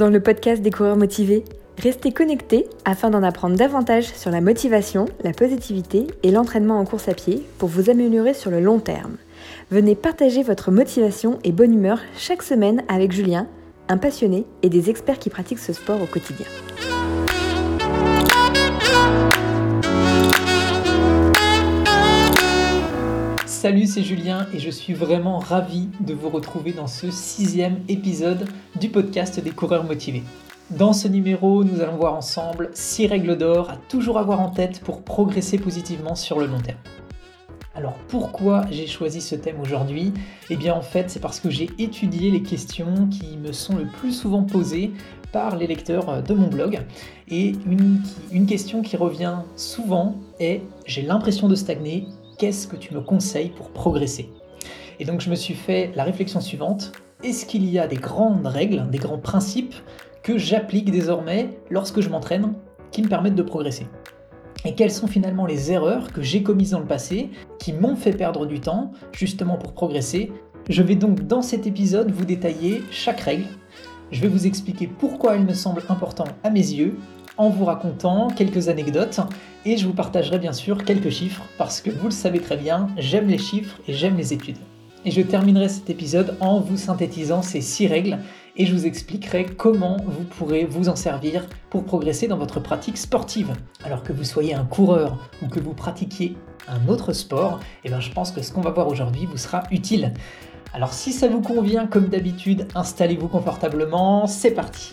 rejoindre le podcast des coureurs motivés. Restez connectés afin d'en apprendre davantage sur la motivation, la positivité et l'entraînement en course à pied pour vous améliorer sur le long terme. Venez partager votre motivation et bonne humeur chaque semaine avec Julien, un passionné et des experts qui pratiquent ce sport au quotidien. Salut, c'est Julien et je suis vraiment ravi de vous retrouver dans ce 6e épisode du podcast des coureurs motivés. Dans ce numéro, nous allons voir ensemble 6 règles d'or à toujours avoir en tête pour progresser positivement sur le long terme. Alors pourquoi j'ai choisi ce thème aujourd'hui ? Eh bien en fait c'est parce que j'ai étudié les questions qui me sont le plus souvent posées par les lecteurs de mon blog. Et une question qui revient souvent est « J'ai l'impression de stagner, qu'est-ce que tu me conseilles pour progresser ?» Et donc je me suis fait la réflexion suivante, est-ce qu'il y a des grandes règles, des grands principes que j'applique désormais lorsque je m'entraîne qui me permettent de progresser ? Et quelles sont finalement les erreurs que j'ai commises dans le passé qui m'ont fait perdre du temps justement pour progresser ? Je vais donc dans cet épisode vous détailler chaque règle. Je vais vous expliquer pourquoi elle me semble importante à mes yeux en vous racontant quelques anecdotes et je vous partagerai bien sûr quelques chiffres parce que vous le savez très bien, j'aime les chiffres et j'aime les études. Et je terminerai cet épisode en vous synthétisant ces 6 règles et je vous expliquerai comment vous pourrez vous en servir pour progresser dans votre pratique sportive. Alors que vous soyez un coureur ou que vous pratiquiez un autre sport, je pense que ce qu'on va voir aujourd'hui vous sera utile. Alors si ça vous convient, comme d'habitude, installez-vous confortablement, c'est parti.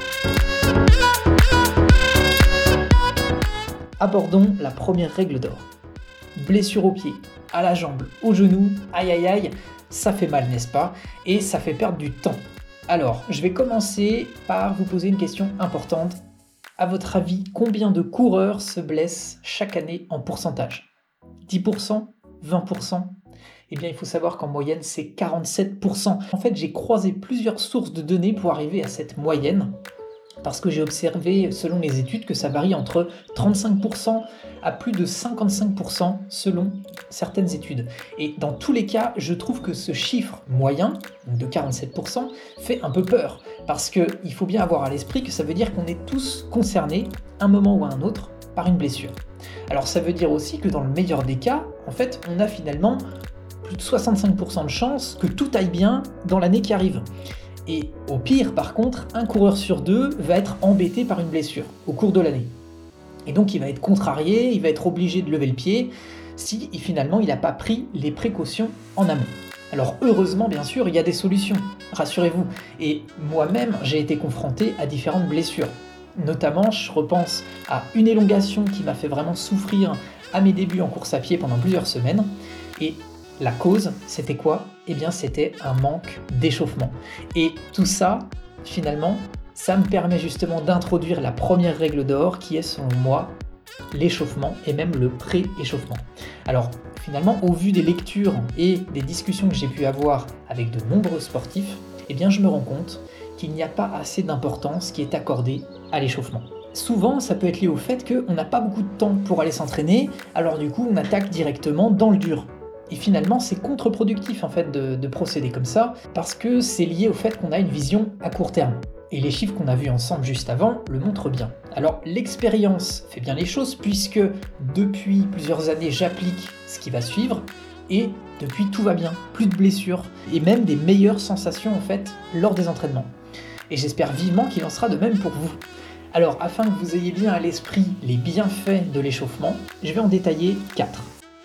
Abordons la première règle d'or. Blessure au pied, à la jambe, au genou, aïe aïe aïe, ça fait mal n'est-ce pas ? Et ça fait perdre du temps. Alors, je vais commencer par vous poser une question importante. À votre avis, combien de coureurs se blessent chaque année en pourcentage ? 10%, 20%? Eh bien, il faut savoir qu'en moyenne, c'est 47%. En fait, j'ai croisé plusieurs sources de données pour arriver à cette moyenne, parce que j'ai observé, selon les études, que ça varie entre 35% à plus de 55% selon certaines études. Et dans tous les cas, je trouve que ce chiffre moyen, de 47%, fait un peu peur, parce qu'il faut bien avoir à l'esprit que ça veut dire qu'on est tous concernés, à un moment ou à un autre, par une blessure. Alors ça veut dire aussi que dans le meilleur des cas, en fait, on a finalement plus de 65% de chances que tout aille bien dans l'année qui arrive. Et au pire, par contre, un coureur sur 2 va être embêté par une blessure au cours de l'année. Et donc il va être contrarié, il va être obligé de lever le pied si finalement il n'a pas pris les précautions en amont. Alors heureusement, bien sûr, il y a des solutions, rassurez-vous. Et moi-même, j'ai été confronté à différentes blessures. Notamment, je repense à une élongation qui m'a fait vraiment souffrir à mes débuts en course à pied pendant plusieurs semaines. Et la cause, c'était quoi ? Eh bien, c'était un manque d'échauffement. Et tout ça, finalement, ça me permet justement d'introduire la première règle d'or qui est, selon moi, l'échauffement et même le pré-échauffement. Alors, finalement, au vu des lectures et des discussions que j'ai pu avoir avec de nombreux sportifs, eh bien, je me rends compte qu'il n'y a pas assez d'importance qui est accordée à l'échauffement. Souvent, ça peut être lié au fait qu'on n'a pas beaucoup de temps pour aller s'entraîner, alors du coup, on attaque directement dans le dur. Et finalement, c'est contre-productif en fait de procéder comme ça, parce que c'est lié au fait qu'on a une vision à court terme. Et les chiffres qu'on a vus ensemble juste avant le montrent bien. Alors l'expérience fait bien les choses, puisque depuis plusieurs années, j'applique ce qui va suivre, et depuis tout va bien, plus de blessures, et même des meilleures sensations en fait lors des entraînements. Et j'espère vivement qu'il en sera de même pour vous. Alors afin que vous ayez bien à l'esprit les bienfaits de l'échauffement, je vais en détailler 4.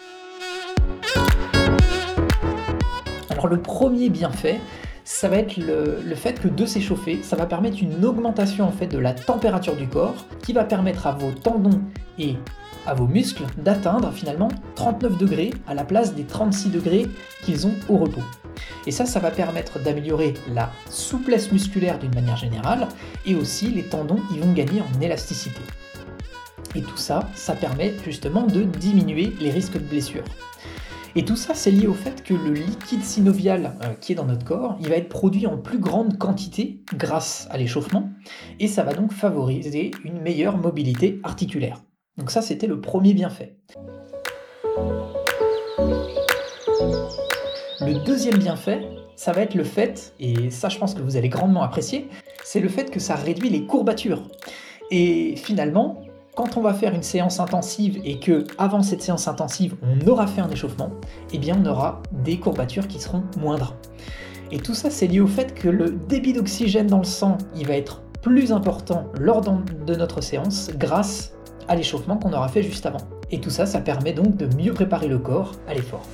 Alors le premier bienfait, ça va être le fait que de s'échauffer, ça va permettre une augmentation en fait de la température du corps qui va permettre à vos tendons et à vos muscles d'atteindre finalement 39 degrés à la place des 36 degrés qu'ils ont au repos. Et ça va permettre d'améliorer la souplesse musculaire d'une manière générale et aussi les tendons ils vont gagner en élasticité. Et tout ça permet justement de diminuer les risques de blessures. Et tout ça, c'est lié au fait que le liquide synovial qui est dans notre corps, il va être produit en plus grande quantité grâce à l'échauffement, et ça va donc favoriser une meilleure mobilité articulaire. Donc ça, c'était le premier bienfait. Le deuxième bienfait, ça va être le fait, et ça je pense que vous allez grandement apprécier, c'est le fait que ça réduit les courbatures. Et finalement, quand on va faire une séance intensive et que avant cette séance intensive on aura fait un échauffement, eh bien on aura des courbatures qui seront moindres. Et tout ça c'est lié au fait que le débit d'oxygène dans le sang, il va être plus important lors de notre séance grâce à l'échauffement qu'on aura fait juste avant. Et tout ça, ça permet donc de mieux préparer le corps à l'effort.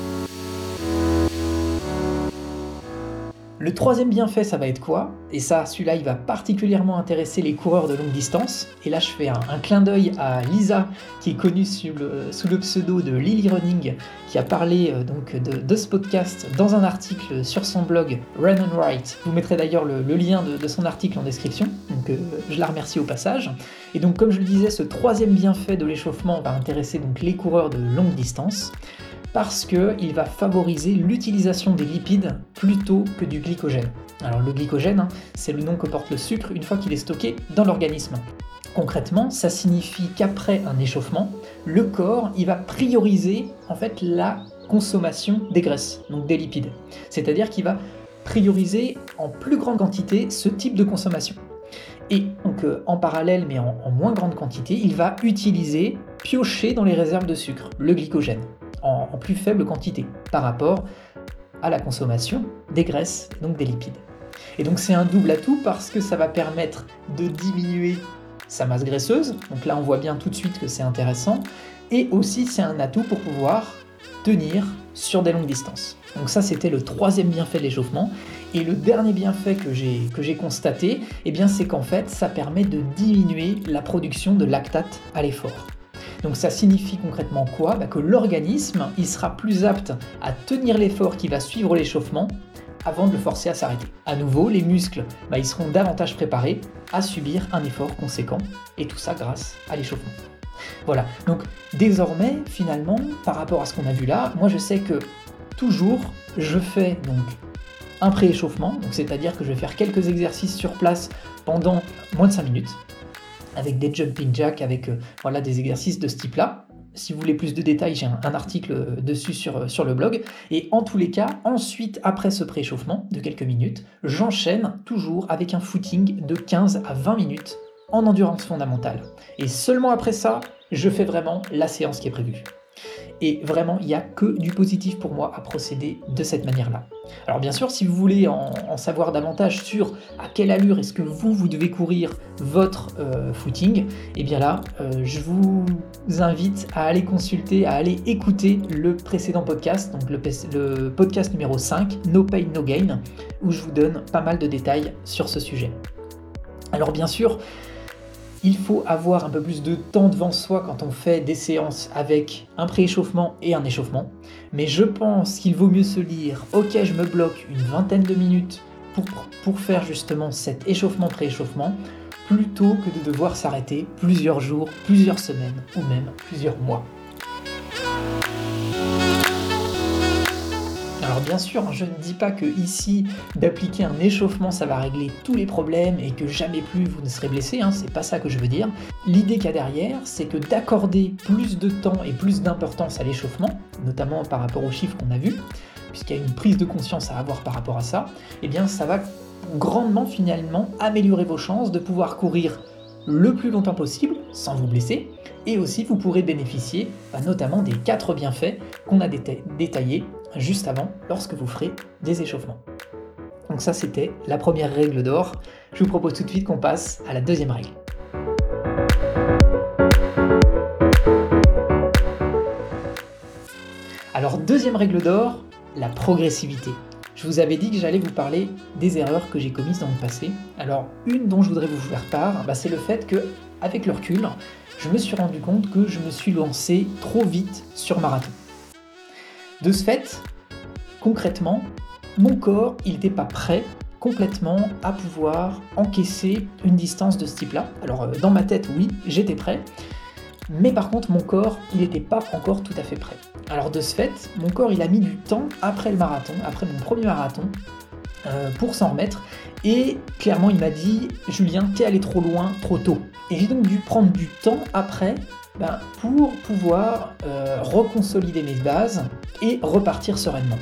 Le troisième bienfait, ça va être quoi? Et ça, celui-là, il va particulièrement intéresser les coureurs de longue distance. Et là, je fais un clin d'œil à Lisa, qui est connue sous le pseudo de Lily Running, qui a parlé de ce podcast dans un article sur son blog Run and Write. Je vous mettrai d'ailleurs le lien de son article en description, donc je la remercie au passage. Et donc, comme je le disais, ce troisième bienfait de l'échauffement va intéresser donc les coureurs de longue distance, parce qu'il va favoriser l'utilisation des lipides plutôt que du glycogène. Alors le glycogène, c'est le nom que porte le sucre une fois qu'il est stocké dans l'organisme. Concrètement, ça signifie qu'après un échauffement, le corps il va prioriser en fait la consommation des graisses, donc des lipides. C'est-à-dire qu'il va prioriser en plus grande quantité ce type de consommation. Et donc en parallèle, mais en moins grande quantité, il va piocher dans les réserves de sucre, le glycogène, en plus faible quantité par rapport à la consommation des graisses, donc des lipides. Et donc c'est un double atout parce que ça va permettre de diminuer sa masse graisseuse, donc là on voit bien tout de suite que c'est intéressant, et aussi c'est un atout pour pouvoir tenir sur des longues distances. Donc ça c'était le troisième bienfait de l'échauffement, et le dernier bienfait que j'ai constaté, eh bien c'est qu'en fait ça permet de diminuer la production de lactate à l'effort. Donc ça signifie concrètement quoi? Que l'organisme il sera plus apte à tenir l'effort qui va suivre l'échauffement avant de le forcer à s'arrêter. À nouveau, les muscles ils seront davantage préparés à subir un effort conséquent, et tout ça grâce à l'échauffement. Voilà, donc désormais, finalement, par rapport à ce qu'on a vu là, moi je sais que toujours je fais donc un pré-échauffement, donc c'est-à-dire que je vais faire quelques exercices sur place pendant moins de 5 minutes, avec des jumping jacks, avec des exercices de ce type-là. Si vous voulez plus de détails, j'ai un article dessus sur le blog. Et en tous les cas, ensuite, après ce prééchauffement de quelques minutes, j'enchaîne toujours avec un footing de 15 à 20 minutes en endurance fondamentale. Et seulement après ça, je fais vraiment la séance qui est prévue. Et vraiment, il n'y a que du positif pour moi à procéder de cette manière-là. Alors bien sûr, si vous voulez en savoir davantage sur à quelle allure est-ce que vous devez courir votre footing, et bien là, je vous invite à aller consulter, à aller écouter le précédent podcast, donc le podcast numéro 5, No Pain, No Gain, où je vous donne pas mal de détails sur ce sujet. Alors bien sûr, il faut avoir un peu plus de temps devant soi quand on fait des séances avec un pré-échauffement et un échauffement. Mais je pense qu'il vaut mieux se dire « Ok, je me bloque une vingtaine de minutes pour faire justement cet échauffement-pré-échauffement » plutôt que de devoir s'arrêter plusieurs jours, plusieurs semaines ou même plusieurs mois. Alors bien sûr, je ne dis pas que ici, d'appliquer un échauffement, ça va régler tous les problèmes et que jamais plus vous ne serez blessé, c'est pas ça que je veux dire. L'idée qu'il y a derrière, c'est que d'accorder plus de temps et plus d'importance à l'échauffement, notamment par rapport aux chiffres qu'on a vus, puisqu'il y a une prise de conscience à avoir par rapport à ça, eh bien ça va grandement finalement améliorer vos chances de pouvoir courir le plus longtemps possible sans vous blesser, et aussi vous pourrez bénéficier notamment des 4 bienfaits qu'on a détaillés juste avant lorsque vous ferez des échauffements. Donc ça c'était la première règle d'or. Je vous propose tout de suite qu'on passe à la deuxième règle. Alors deuxième règle d'or, la progressivité. Je vous avais dit que j'allais vous parler des erreurs que j'ai commises dans le passé. Alors une dont je voudrais vous faire part, c'est le fait que, avec le recul, je me suis rendu compte que je me suis lancé trop vite sur marathon. De ce fait, concrètement, mon corps, il n'était pas prêt complètement à pouvoir encaisser une distance de ce type-là. Alors dans ma tête, oui, j'étais prêt, mais par contre mon corps, il n'était pas encore tout à fait prêt. Alors de ce fait, mon corps, il a mis du temps après le marathon, après mon premier marathon, pour s'en remettre, et clairement il m'a dit « Julien, t'es allé trop loin, trop tôt ». Et j'ai donc dû prendre du temps après pour pouvoir reconsolider mes bases et repartir sereinement.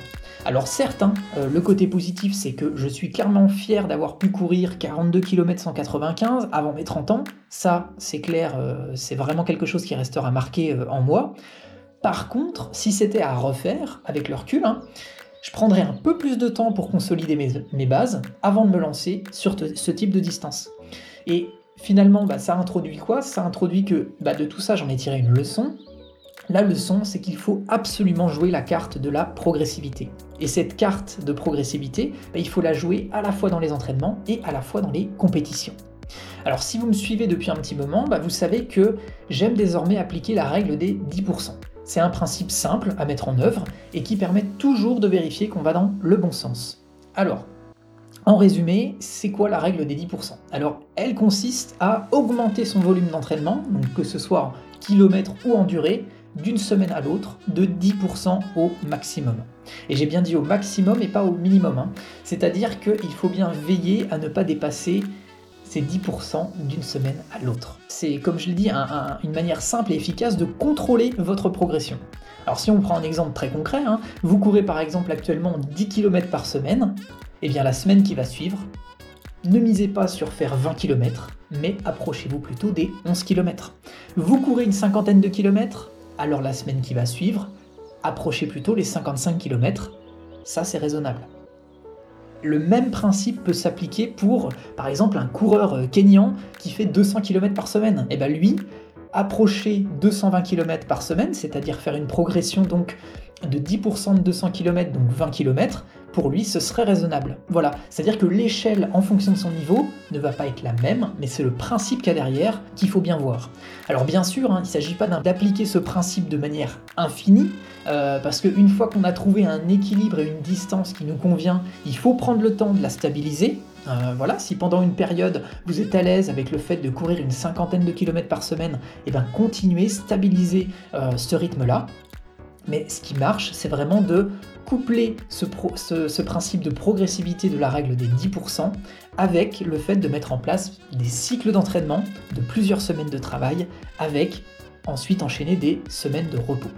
Alors certes, le côté positif, c'est que je suis clairement fier d'avoir pu courir 42 km 195 avant mes 30 ans. Ça, c'est clair, c'est vraiment quelque chose qui restera marqué en moi. Par contre, si c'était à refaire, avec le recul, je prendrais un peu plus de temps pour consolider mes bases avant de me lancer sur ce type de distance. Et finalement, ça introduit quoi? Ça introduit que de tout ça, j'en ai tiré une leçon. La leçon, c'est qu'il faut absolument jouer la carte de la progressivité. Et cette carte de progressivité, il faut la jouer à la fois dans les entraînements et à la fois dans les compétitions. Alors si vous me suivez depuis un petit moment, vous savez que j'aime désormais appliquer la règle des 10%. C'est un principe simple à mettre en œuvre et qui permet toujours de vérifier qu'on va dans le bon sens. Alors, en résumé, c'est quoi la règle des 10%? Alors, elle consiste à augmenter son volume d'entraînement, donc que ce soit en kilomètres ou en durée, d'une semaine à l'autre, de 10% au maximum. Et j'ai bien dit au maximum et pas au minimum. C'est-à-dire qu'il faut bien veiller à ne pas dépasser ces 10% d'une semaine à l'autre. C'est, comme je l'ai dit, une manière simple et efficace de contrôler votre progression. Alors si on prend un exemple très concret, vous courez par exemple actuellement 10 km par semaine, et bien la semaine qui va suivre, ne misez pas sur faire 20 km, mais approchez-vous plutôt des 11 km. Vous courez une cinquantaine de kilomètres, alors la semaine qui va suivre, approchez plutôt les 55 km, ça c'est raisonnable. Le même principe peut s'appliquer pour, par exemple, un coureur kényan qui fait 200 km par semaine. Et lui, approcher 220 km par semaine, c'est-à-dire faire une progression donc de 10% de 200 km, donc 20 km, pour lui, ce serait raisonnable. Voilà, c'est-à-dire que l'échelle, en fonction de son niveau, ne va pas être la même, mais c'est le principe qu'il y a derrière qu'il faut bien voir. Alors bien sûr, il ne s'agit pas d'appliquer ce principe de manière infinie, parce qu'une fois qu'on a trouvé un équilibre et une distance qui nous convient, il faut prendre le temps de la stabiliser. Voilà, si pendant une période vous êtes à l'aise avec le fait de courir une cinquantaine de kilomètres par semaine, continuez, stabilisez ce rythme-là. Mais ce qui marche, c'est vraiment de coupler ce principe de progressivité de la règle des 10% avec le fait de mettre en place des cycles d'entraînement de plusieurs semaines de travail avec ensuite enchaîner des semaines de repos.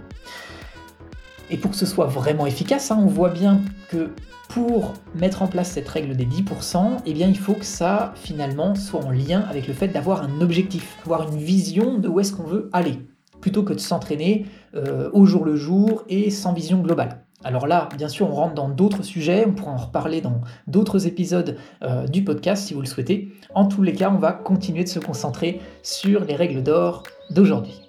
Et pour que ce soit vraiment efficace, on voit bien que pour mettre en place cette règle des 10%, il faut que ça finalement soit en lien avec le fait d'avoir un objectif, avoir une vision de où est-ce qu'on veut aller, plutôt que de s'entraîner au jour le jour et sans vision globale. Alors là, bien sûr, on rentre dans d'autres sujets, on pourra en reparler dans d'autres épisodes du podcast si vous le souhaitez. En tous les cas, on va continuer de se concentrer sur les règles d'or d'aujourd'hui.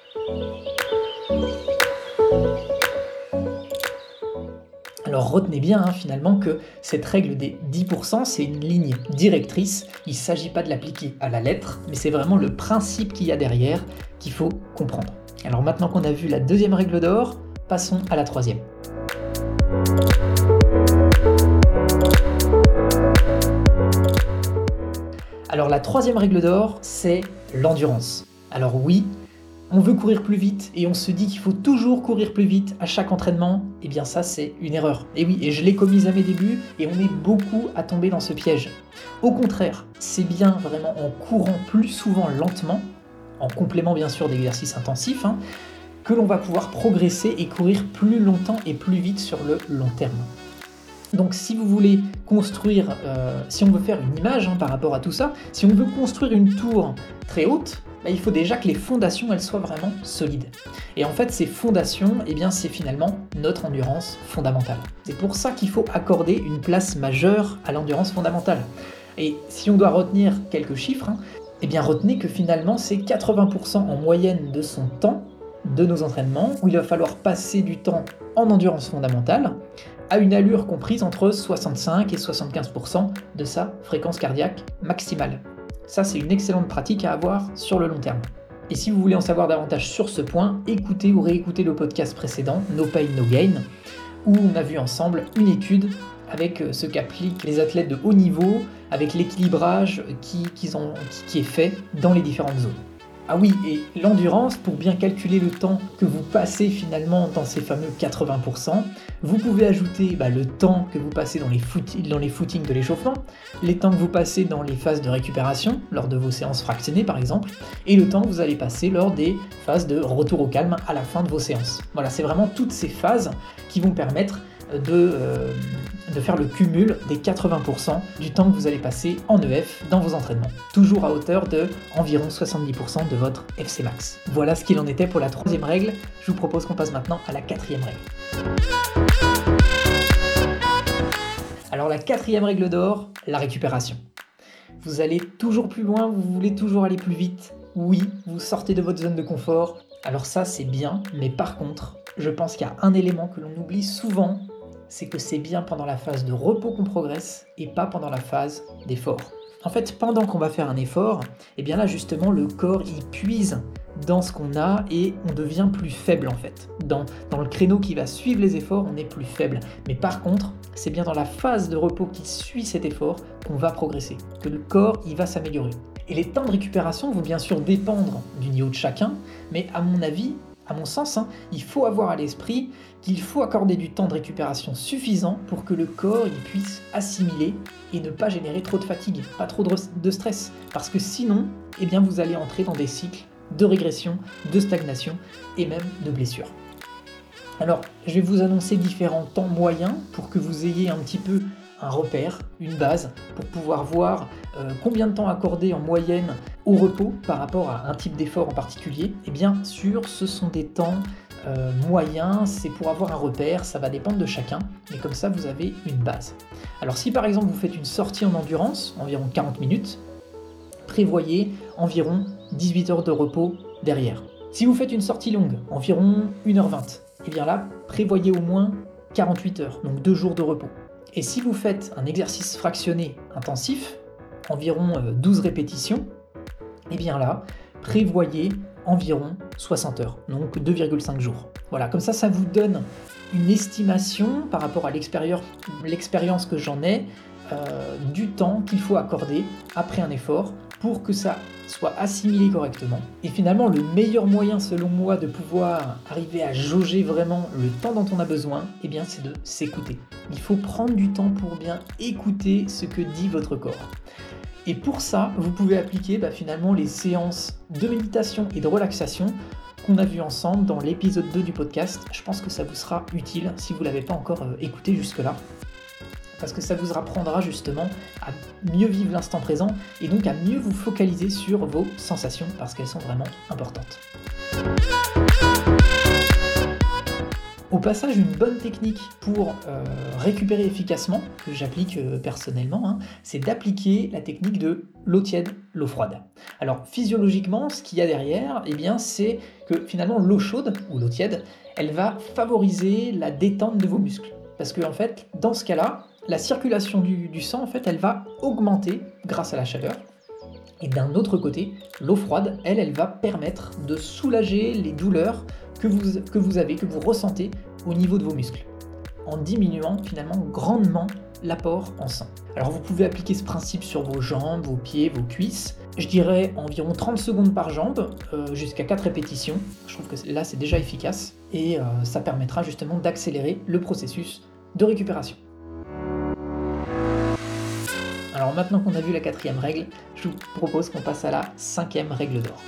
Alors retenez bien finalement que cette règle des 10%, c'est une ligne directrice. Il ne s'agit pas de l'appliquer à la lettre, mais c'est vraiment le principe qu'il y a derrière qu'il faut comprendre. Alors maintenant qu'on a vu la deuxième règle d'or, passons à la troisième. Alors la troisième règle d'or, c'est l'endurance. Alors oui, on veut courir plus vite et on se dit qu'il faut toujours courir plus vite à chaque entraînement, ça c'est une erreur. Et oui, et je l'ai commise à mes débuts et on est beaucoup à tomber dans ce piège. Au contraire, c'est bien vraiment en courant plus souvent lentement, en complément bien sûr d'exercices intensifs, que l'on va pouvoir progresser et courir plus longtemps et plus vite sur le long terme. Donc si vous voulez construire, si on veut faire une image par rapport à tout ça, si on veut construire une tour très haute, il faut déjà que les fondations elles soient vraiment solides. Et en fait ces fondations, c'est finalement notre endurance fondamentale. C'est pour ça qu'il faut accorder une place majeure à l'endurance fondamentale. Et si on doit retenir quelques chiffres, retenez que finalement c'est 80% en moyenne de son temps, de nos entraînements, où il va falloir passer du temps en endurance fondamentale, à une allure comprise entre 65 et 75% de sa fréquence cardiaque maximale. Ça, c'est une excellente pratique à avoir sur le long terme. Et si vous voulez en savoir davantage sur ce point, écoutez ou réécoutez le podcast précédent, No Pain, No Gain, où on a vu ensemble une étude avec ce qu'appliquent les athlètes de haut niveau, avec l'équilibrage qui est fait dans les différentes zones. Ah oui, et l'endurance, pour bien calculer le temps que vous passez finalement dans ces fameux 80%, vous pouvez ajouter le temps que vous passez dans les footings de l'échauffement, les temps que vous passez dans les phases de récupération, lors de vos séances fractionnées par exemple, et le temps que vous allez passer lors des phases de retour au calme à la fin de vos séances. Voilà, c'est vraiment toutes ces phases qui vont permettre de faire le cumul des 80% du temps que vous allez passer en EF dans vos entraînements, toujours à hauteur de environ 70% de votre FC max. Voilà ce qu'il en était pour la 3e règle. Je vous propose qu'on passe maintenant à la 4e règle. Alors la 4e règle d'or, la récupération. Vous allez toujours plus loin, vous voulez toujours aller plus vite. Oui, vous sortez de votre zone de confort. Alors ça, c'est bien, mais par contre, je pense qu'il y a un élément que l'on oublie souvent, c'est que c'est bien pendant la phase de repos qu'on progresse et pas pendant la phase d'effort. En fait, pendant qu'on va faire un effort, et bien là justement, le corps il puise dans ce qu'on a et on devient plus faible en fait. Dans le créneau qui va suivre les efforts, on est plus faible. Mais par contre, c'est bien dans la phase de repos qui suit cet effort qu'on va progresser, que le corps il va s'améliorer. Et les temps de récupération vont bien sûr dépendre du niveau de chacun, mais à mon avis, à mon sens, il faut avoir à l'esprit qu'il faut accorder du temps de récupération suffisant pour que le corps il puisse assimiler et ne pas générer trop de fatigue, pas trop de stress. Parce que sinon, eh bien, vous allez entrer dans des cycles de régression, de stagnation et même de blessure. Alors, je vais vous annoncer différents temps moyens pour que vous ayez un petit peu un repère, une base, pour pouvoir voir combien de temps accorder en moyenne au repos par rapport à un type d'effort en particulier. Et bien sûr, ce sont des temps moyens, c'est pour avoir un repère, ça va dépendre de chacun, mais comme ça vous avez une base. Alors si par exemple vous faites une sortie en endurance, environ 40 minutes, prévoyez environ 18 heures de repos derrière. Si vous faites une sortie longue, environ 1h20, et bien là, prévoyez au moins 48 heures, donc 2 jours de repos. Et si vous faites un exercice fractionné intensif, environ 12 répétitions, et bien là, prévoyez environ 60 heures, donc 2,5 jours. Voilà, comme ça vous donne une estimation par rapport à l'expérience que j'en ai, du temps qu'il faut accorder après un effort pour que ça soit assimilé correctement. Et finalement, le meilleur moyen selon moi de pouvoir arriver à jauger vraiment le temps dont on a besoin, eh bien c'est de s'écouter. Il faut prendre du temps pour bien écouter ce que dit votre corps. Et pour ça, vous pouvez appliquer finalement les séances de méditation et de relaxation qu'on a vues ensemble dans l'épisode 2 du podcast. Je pense que ça vous sera utile si vous ne l'avez pas encore écouté jusque-là. Parce que ça vous apprendra justement à mieux vivre l'instant présent et donc à mieux vous focaliser sur vos sensations parce qu'elles sont vraiment importantes. Au passage, une bonne technique pour récupérer efficacement, que j'applique personnellement, c'est d'appliquer la technique de l'eau tiède, l'eau froide. Alors physiologiquement, ce qu'il y a derrière, eh bien, c'est que finalement l'eau chaude ou l'eau tiède, elle va favoriser la détente de vos muscles. Parce que en fait, dans ce cas-là, la circulation du sang, en fait, elle va augmenter grâce à la chaleur. Et d'un autre côté, l'eau froide, elle va permettre de soulager les douleurs que vous ressentez au niveau de vos muscles, en diminuant finalement grandement l'apport en sang. Alors vous pouvez appliquer ce principe sur vos jambes, vos pieds, vos cuisses. Je dirais environ 30 secondes par jambe, jusqu'à 4 répétitions. Je trouve que là c'est déjà efficace et ça permettra justement d'accélérer le processus de récupération. Alors maintenant qu'on a vu la 4e règle, je vous propose qu'on passe à la 5e règle d'or.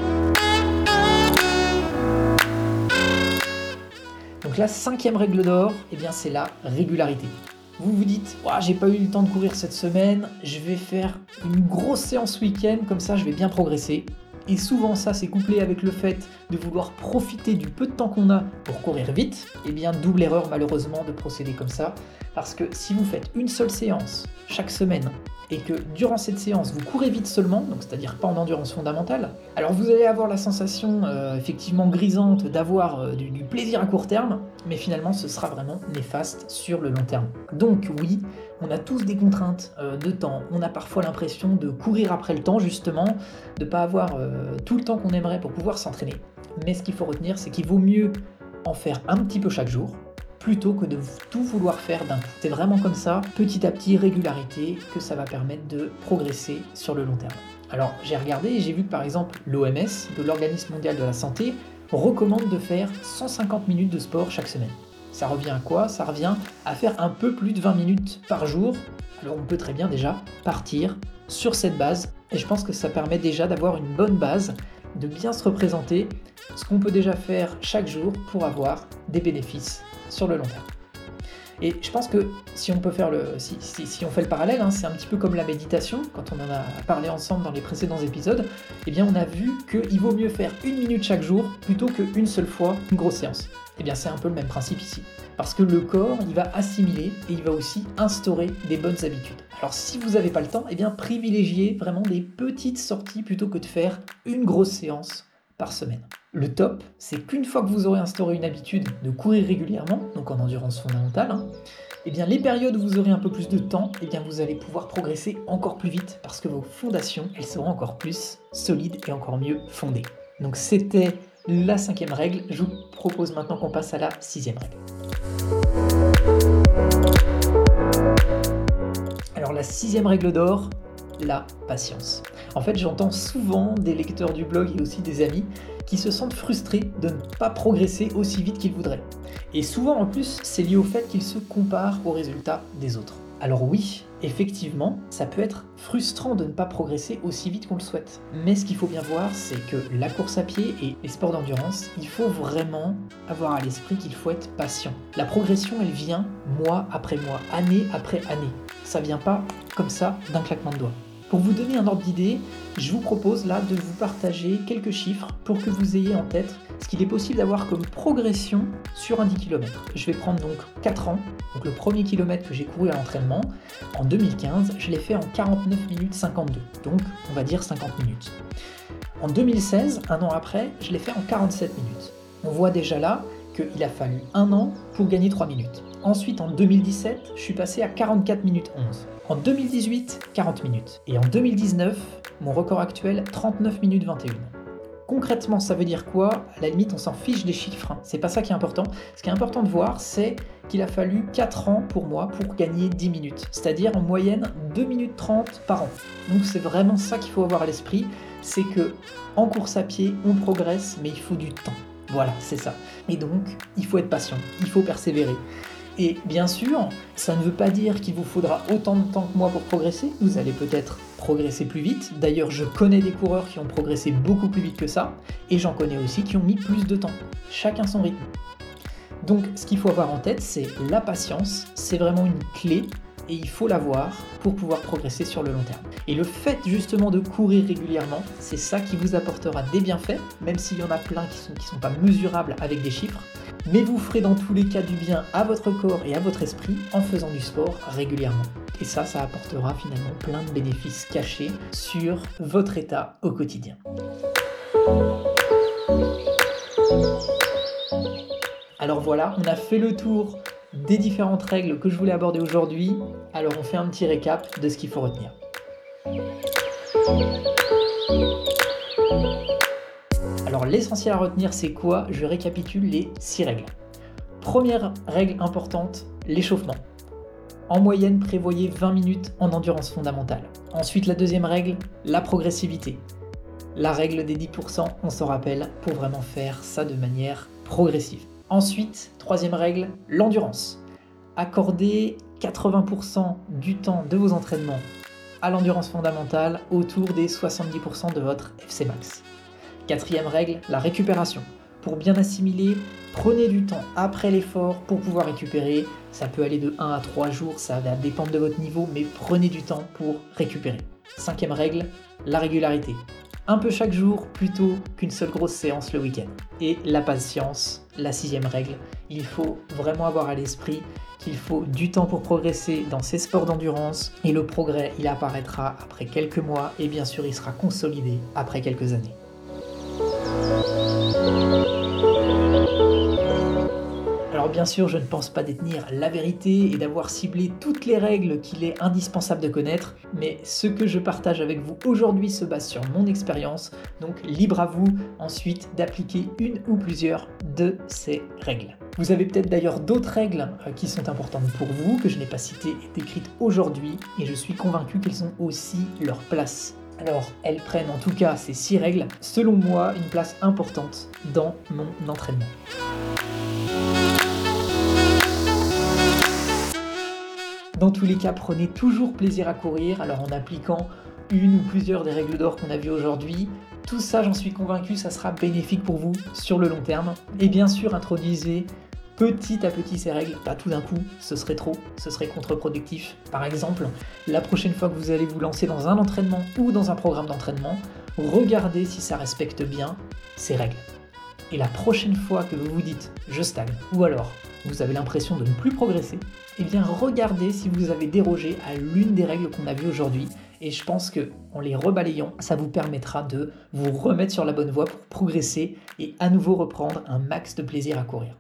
Donc la 5e règle d'or, eh bien c'est la régularité. Vous vous dites, j'ai pas eu le temps de courir cette semaine, je vais faire une grosse séance week-end, comme ça je vais bien progresser. Et souvent ça c'est couplé avec le fait de vouloir profiter du peu de temps qu'on a pour courir vite. Eh bien double erreur malheureusement de procéder comme ça, parce que si vous faites une seule séance chaque semaine, et que durant cette séance vous courez vite seulement, donc c'est-à-dire pas en endurance fondamentale, alors vous allez avoir la sensation effectivement grisante d'avoir du plaisir à court terme, mais finalement ce sera vraiment néfaste sur le long terme. Donc oui, on a tous des contraintes de temps, on a parfois l'impression de courir après le temps justement, de pas avoir tout le temps qu'on aimerait pour pouvoir s'entraîner, mais ce qu'il faut retenir c'est qu'il vaut mieux en faire un petit peu chaque jour, plutôt que de tout vouloir faire d'un coup. C'est vraiment comme ça, petit à petit, régularité, que ça va permettre de progresser sur le long terme. Alors j'ai regardé et j'ai vu que par exemple l'OMS, de l'Organisme mondial de la santé, recommande de faire 150 minutes de sport chaque semaine. Ça revient à quoi ? Ça revient à faire un peu plus de 20 minutes par jour. Alors on peut très bien déjà partir sur cette base et je pense que ça permet déjà d'avoir une bonne base, de bien se représenter ce qu'on peut déjà faire chaque jour pour avoir des bénéfices sur le long terme. Et je pense que si on peut faire si on fait le parallèle, c'est un petit peu comme la méditation, quand on en a parlé ensemble dans les précédents épisodes, eh bien on a vu qu'il vaut mieux faire 1 minute chaque jour plutôt qu'une seule fois une grosse séance. Eh bien c'est un peu le même principe ici. Parce que le corps, il va assimiler et il va aussi instaurer des bonnes habitudes. Alors si vous n'avez pas le temps, eh bien privilégiez vraiment des petites sorties plutôt que de faire une grosse séance par semaine. Le top, c'est qu'une fois que vous aurez instauré une habitude de courir régulièrement, donc en endurance fondamentale, eh bien les périodes où vous aurez un peu plus de temps, eh bien vous allez pouvoir progresser encore plus vite parce que vos fondations, elles seront encore plus solides et encore mieux fondées. Donc c'était la 5e règle. Je vous propose maintenant qu'on passe à la 6e règle. Alors la 6e règle d'or, la patience. En fait, j'entends souvent des lecteurs du blog et aussi des amis qui se sentent frustrés de ne pas progresser aussi vite qu'ils voudraient. Et souvent en plus, c'est lié au fait qu'ils se comparent aux résultats des autres. Alors oui, effectivement, ça peut être frustrant de ne pas progresser aussi vite qu'on le souhaite. Mais ce qu'il faut bien voir, c'est que la course à pied et les sports d'endurance, il faut vraiment avoir à l'esprit qu'il faut être patient. La progression, elle vient mois après mois, année après année. Ça vient pas comme ça d'un claquement de doigts. Pour vous donner un ordre d'idée, je vous propose là de vous partager quelques chiffres pour que vous ayez en tête ce qu'il est possible d'avoir comme progression sur un 10 km. Je vais prendre donc 4 ans, donc le premier kilomètre que j'ai couru à l'entraînement, en 2015, je l'ai fait en 49 minutes 52, donc on va dire 50 minutes. En 2016, un an après, je l'ai fait en 47 minutes. On voit déjà là qu'il a fallu 1 an pour gagner 3 minutes. Ensuite, en 2017, je suis passé à 44 minutes 11. En 2018, 40 minutes. Et en 2019, mon record actuel, 39 minutes 21. Concrètement, ça veut dire quoi? À la limite, on s'en fiche des chiffres. C'est pas ça qui est important. Ce qui est important de voir, c'est qu'il a fallu 4 ans pour moi pour gagner 10 minutes. C'est-à-dire en moyenne 2 minutes 30 par an. Donc c'est vraiment ça qu'il faut avoir à l'esprit. C'est que en course à pied, on progresse, mais il faut du temps. Voilà, c'est ça. Et donc, il faut être patient, il faut persévérer. Et bien sûr, ça ne veut pas dire qu'il vous faudra autant de temps que moi pour progresser. Vous allez peut-être progresser plus vite. D'ailleurs, je connais des coureurs qui ont progressé beaucoup plus vite que ça. Et j'en connais aussi qui ont mis plus de temps. Chacun son rythme. Donc, ce qu'il faut avoir en tête, c'est la patience. C'est vraiment une clé. Et il faut l'avoir pour pouvoir progresser sur le long terme. Et le fait justement de courir régulièrement, c'est ça qui vous apportera des bienfaits, même s'il y en a plein qui sont pas mesurables avec des chiffres, mais vous ferez dans tous les cas du bien à votre corps et à votre esprit en faisant du sport régulièrement. Et ça apportera finalement plein de bénéfices cachés sur votre état au quotidien. Alors voilà, on a fait le tour des différentes règles que je voulais aborder aujourd'hui. Alors on fait un petit récap de ce qu'il faut retenir. Alors l'essentiel à retenir, c'est quoi? Je récapitule les 6 règles. Première règle importante, l'échauffement. En moyenne, prévoyez 20 minutes en endurance fondamentale. Ensuite, la deuxième règle, la progressivité. La règle des 10%, on s'en rappelle, pour vraiment faire ça de manière progressive. Ensuite, troisième règle, l'endurance. Accordez 80% du temps de vos entraînements à l'endurance fondamentale autour des 70% de votre FC max. Quatrième règle, la récupération. Pour bien assimiler, prenez du temps après l'effort pour pouvoir récupérer. Ça peut aller de 1 à 3 jours, ça va dépendre de votre niveau, mais prenez du temps pour récupérer. Cinquième règle, la régularité. Un peu chaque jour plutôt qu'une seule grosse séance le week-end. Et la patience, la sixième règle. Il faut vraiment avoir à l'esprit qu'il faut du temps pour progresser dans ces sports d'endurance et le progrès, il apparaîtra après quelques mois et bien sûr, il sera consolidé après quelques années. Alors bien sûr, je ne pense pas détenir la vérité et d'avoir ciblé toutes les règles qu'il est indispensable de connaître, mais ce que je partage avec vous aujourd'hui se base sur mon expérience, donc libre à vous ensuite d'appliquer une ou plusieurs de ces règles. Vous avez peut-être d'ailleurs d'autres règles qui sont importantes pour vous, que je n'ai pas citées et décrites aujourd'hui, et je suis convaincu qu'elles ont aussi leur place. Alors, elles prennent en tout cas ces 6 règles, selon moi, une place importante dans mon entraînement. Dans tous les cas, prenez toujours plaisir à courir, alors en appliquant une ou plusieurs des règles d'or qu'on a vues aujourd'hui. Tout ça, j'en suis convaincu, ça sera bénéfique pour vous sur le long terme. Et bien sûr, introduisez petit à petit ces règles, pas tout d'un coup, ce serait trop, ce serait contre-productif. Par exemple, la prochaine fois que vous allez vous lancer dans un entraînement ou dans un programme d'entraînement, regardez si ça respecte bien ces règles. Et la prochaine fois que vous vous dites « je stagne » ou alors vous avez l'impression de ne plus progresser, eh bien regardez si vous avez dérogé à l'une des règles qu'on a vues aujourd'hui. Et je pense qu'en les rebalayant, ça vous permettra de vous remettre sur la bonne voie pour progresser et à nouveau reprendre un max de plaisir à courir.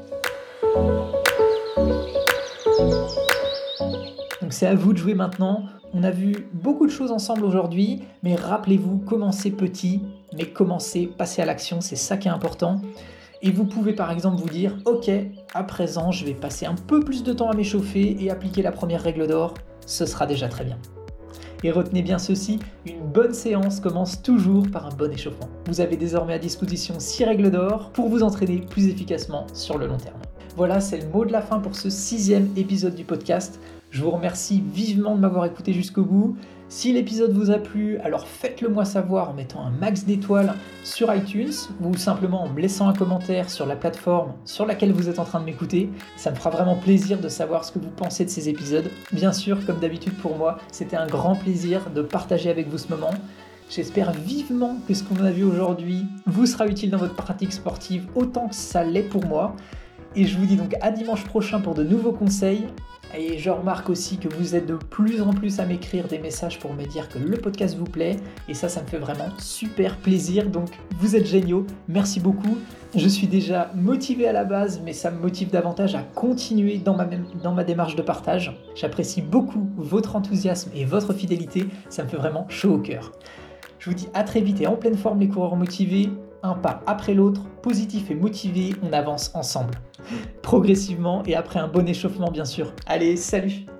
Donc c'est à vous de jouer maintenant. On a vu beaucoup de choses ensemble aujourd'hui, mais rappelez-vous, commencez petit, mais commencez, passez à l'action, c'est ça qui est important. Et vous pouvez par exemple vous dire « Ok, à présent, je vais passer un peu plus de temps à m'échauffer et appliquer la première règle d'or, ce sera déjà très bien. » Et retenez bien ceci, une bonne séance commence toujours par un bon échauffement. Vous avez désormais à disposition 6 règles d'or pour vous entraîner plus efficacement sur le long terme. Voilà, c'est le mot de la fin pour ce 6e épisode du podcast. Je vous remercie vivement de m'avoir écouté jusqu'au bout. Si l'épisode vous a plu, alors faites-le moi savoir en mettant un max d'étoiles sur iTunes ou simplement en me laissant un commentaire sur la plateforme sur laquelle vous êtes en train de m'écouter. Ça me fera vraiment plaisir de savoir ce que vous pensez de ces épisodes. Bien sûr, comme d'habitude pour moi, c'était un grand plaisir de partager avec vous ce moment. J'espère vivement que ce qu'on a vu aujourd'hui vous sera utile dans votre pratique sportive autant que ça l'est pour moi. Et je vous dis donc à dimanche prochain pour de nouveaux conseils. Et je remarque aussi que vous êtes de plus en plus à m'écrire des messages pour me dire que le podcast vous plaît. Et ça me fait vraiment super plaisir. Donc vous êtes géniaux. Merci beaucoup. Je suis déjà motivé à la base, mais ça me motive davantage à continuer dans ma démarche de partage. J'apprécie beaucoup votre enthousiasme et votre fidélité. Ça me fait vraiment chaud au cœur. Je vous dis à très vite et en pleine forme les coureurs motivés. Un pas après l'autre, positif et motivé, on avance ensemble. Progressivement et après un bon échauffement bien sûr. Allez, salut!